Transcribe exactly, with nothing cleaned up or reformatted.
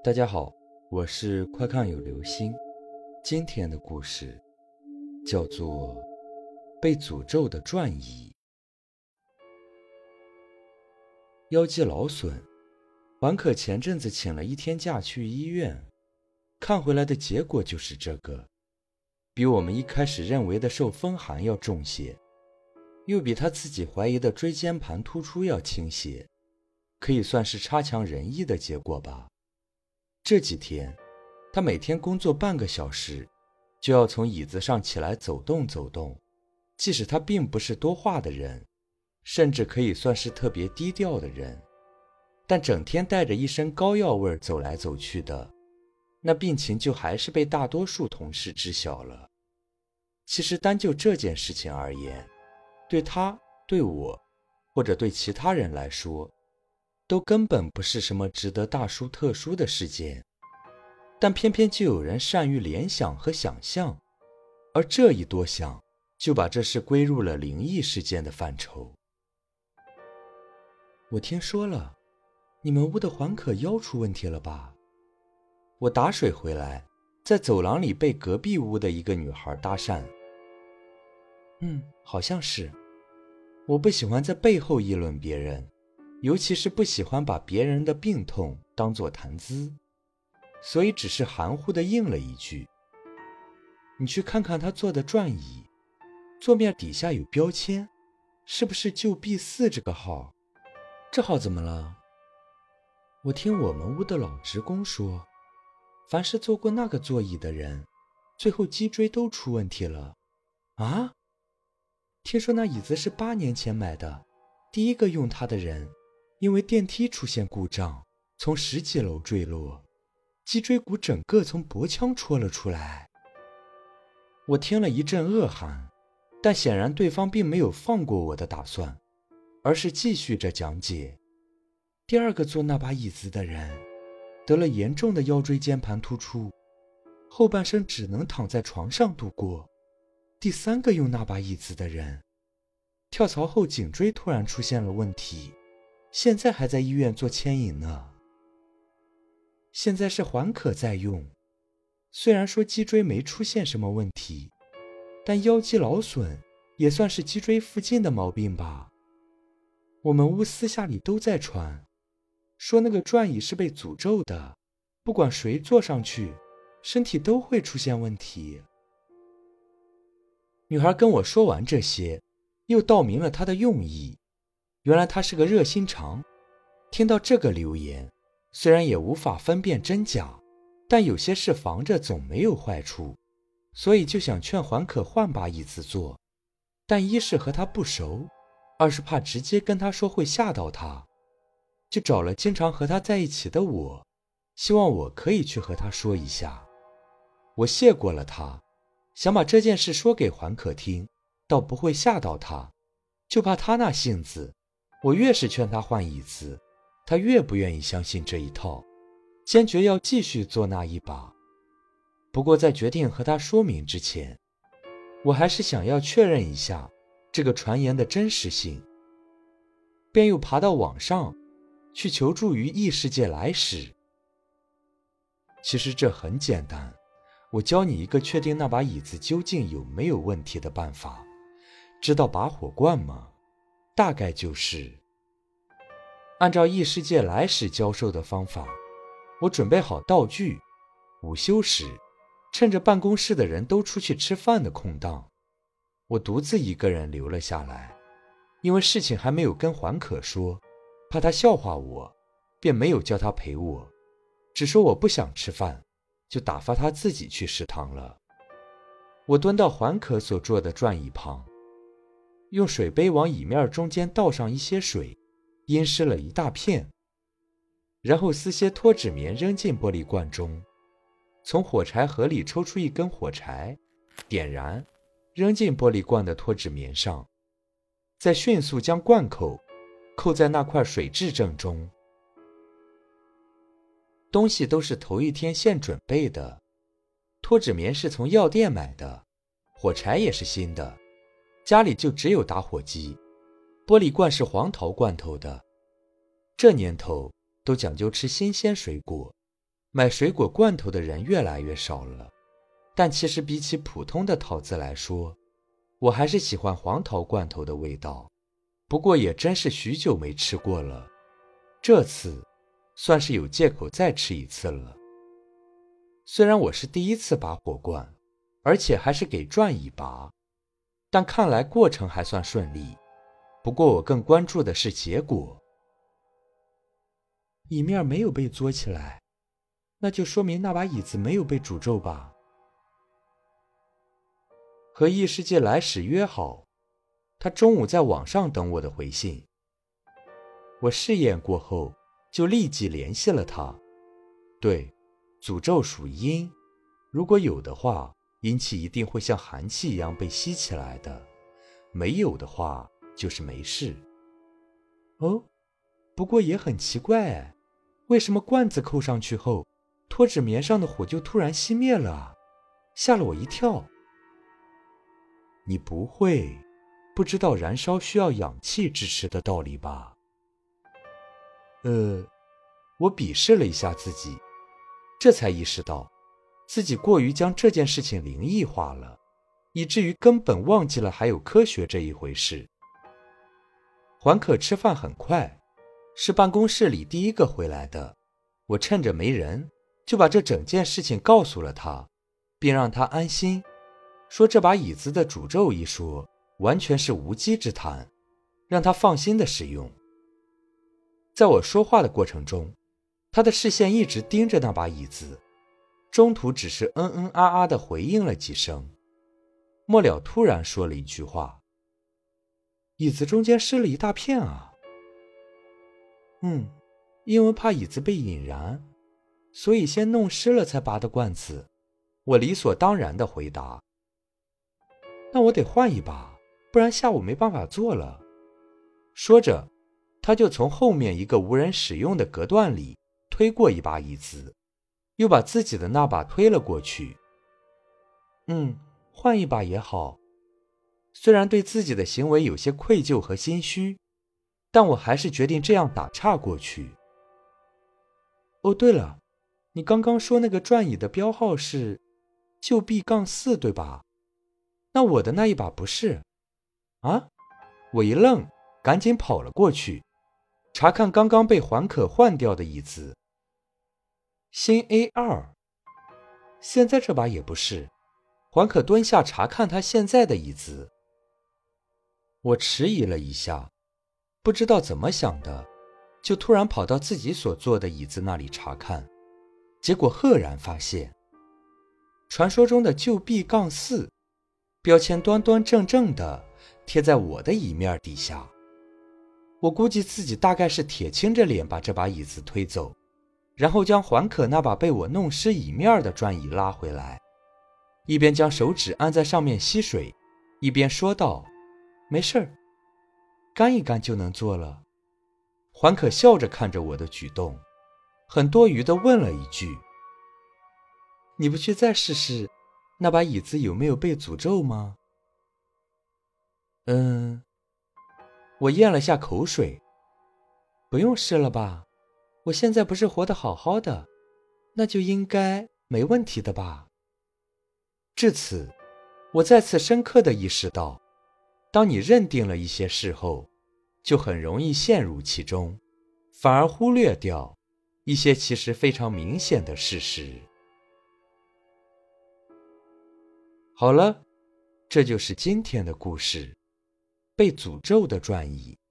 大家好，我是快看有流星。今天的故事叫做被诅咒的转移。腰肌劳损，环可前阵子请了一天假去医院，看回来的结果就是这个，比我们一开始认为的受风寒要重些，又比他自己怀疑的椎间盘突出要轻些，可以算是差强人意的结果吧。这几天他每天工作半个小时就要从椅子上起来走动走动，即使他并不是多话的人，甚至可以算是特别低调的人，但整天带着一身膏药味走来走去的，那病情就还是被大多数同事知晓了。其实单就这件事情而言，对他、对我或者对其他人来说，都根本不是什么值得大书特书的事件，但偏偏就有人善于联想和想象，而这一多想就把这事归入了灵异事件的范畴。我听说了，你们屋的环可腰出问题了吧？我打水回来，在走廊里被隔壁屋的一个女孩搭讪。嗯，好像是。我不喜欢在背后议论别人，尤其是不喜欢把别人的病痛当作谈资，所以只是含糊地应了一句：你去看看他坐的转椅，座面底下有标签，是不是就 B 四 这个号？这号怎么了？我听我们屋的老职工说，凡是坐过那个座椅的人，最后脊椎都出问题了。啊？听说那椅子是八年前买的，第一个用它的人因为电梯出现故障，从十几楼坠落，脊椎骨整个从脖腔戳了出来。我听了一阵恶寒，但显然对方并没有放过我的打算，而是继续着讲解。第二个坐那把椅子的人得了严重的腰椎间盘突出，后半生只能躺在床上度过。第三个用那把椅子的人跳槽后颈椎突然出现了问题，现在还在医院做牵引呢。现在是环可在用，虽然说脊椎没出现什么问题，但腰肌劳损也算是脊椎附近的毛病吧。我们屋私下里都在传，说那个转椅是被诅咒的，不管谁坐上去，身体都会出现问题。女孩跟我说完这些，又道明了她的用意。原来她是个热心肠，听到这个留言，虽然也无法分辨真假，但有些事防着总没有坏处，所以就想劝环可换把椅子坐。但一是和她不熟，二是怕直接跟她说会吓到她，就找了经常和她在一起的我，希望我可以去和她说一下。我谢过了她，想把这件事说给环可听，倒不会吓到她，就怕她那性子，我越是劝她换椅子，她越不愿意相信这一套，坚决要继续坐那一把。不过在决定和她说明之前，我还是想要确认一下这个传言的真实性，便又爬到网上去求助于异世界来使。其实这很简单，我教你一个确定那把椅子究竟有没有问题的办法。知道拔火罐吗？大概就是按照异世界来使教授的方法，我准备好道具，午休时趁着办公室的人都出去吃饭的空档，我独自一个人留了下来。因为事情还没有跟环可说，怕他笑话我，便没有叫他陪我，只说我不想吃饭，就打发他自己去食堂了。我蹲到环可所坐的转椅旁，用水杯往椅面中间倒上一些水，阴湿了一大片，然后撕些脱脂棉扔进玻璃罐中，从火柴盒里抽出一根火柴，点燃，扔进玻璃罐的脱脂棉上，再迅速将罐口扣在那块水质正中。东西都是头一天现准备的，脱脂棉是从药店买的，火柴也是新的，家里就只有打火机，玻璃罐是黄桃罐头的。这年头都讲究吃新鲜水果， 买水果罐头的人越来越少了，但其实比起普通的桃子来说，我还是喜欢黄桃罐头的味道。不过也真是许久没吃过了，这次算是有借口再吃一次了。虽然我是第一次拔火罐，而且还是给转椅拔，但看来过程还算顺利。不过我更关注的是结果。椅面没有被嘬起来，那就说明那把椅子没有被诅咒吧。和异世界来时约好，他中午在网上等我的回信。我试验过后就立即联系了他。对，诅咒属阴，如果有的话，阴气一定会像寒气一样被吸起来的，没有的话就是没事。哦，不过也很奇怪哎，为什么罐子扣上去后，脱脂棉上的火就突然熄灭了啊？吓了我一跳。你不会不知道燃烧需要氧气支持的道理吧？呃，我鄙视了一下自己，这才意识到自己过于将这件事情灵异化了，以至于根本忘记了还有科学这一回事。环可吃饭很快，是办公室里第一个回来的。我趁着没人，就把这整件事情告诉了他，并让他安心，说这把椅子的诅咒一说完全是无稽之谈，让他放心的使用。在我说话的过程中，他的视线一直盯着那把椅子，中途只是嗯嗯啊啊地回应了几声，末了突然说了一句话：椅子中间湿了一大片啊。嗯，因为怕椅子被引燃，所以先弄湿了才拔的罐子。我理所当然地回答。那我得换一把，不然下午没办法做了。说着，他就从后面一个无人使用的隔断里推过一把椅子，又把自己的那把推了过去。嗯，换一把也好。虽然对自己的行为有些愧疚和心虚，但我还是决定这样打岔过去。哦，对了，你刚刚说那个转椅的标号是旧 B 杠四对吧？那我的那一把不是啊？我一愣，赶紧跑了过去，查看刚刚被环可换掉的椅子。新 A 二， 现在这把也不是。环可蹲下查看他现在的椅子。我迟疑了一下，不知道怎么想的，就突然跑到自己所坐的椅子那里查看，结果赫然发现，传说中的旧 B 杠四标签端端正正的贴在我的椅面底下。我估计自己大概是铁青着脸把这把椅子推走，然后将环可那把被我弄湿椅面的转椅拉回来，一边将手指按在上面吸水，一边说道：没事儿，干一干就能做了。环可笑着看着我的举动，很多余地问了一句：你不去再试试那把椅子有没有被诅咒吗？嗯，我咽了下口水。不用试了吧，我现在不是活得好好的，那就应该没问题的吧。至此，我再次深刻地意识到，当你认定了一些事后，就很容易陷入其中，反而忽略掉一些其实非常明显的事实。好了，这就是今天的故事，被诅咒的转椅。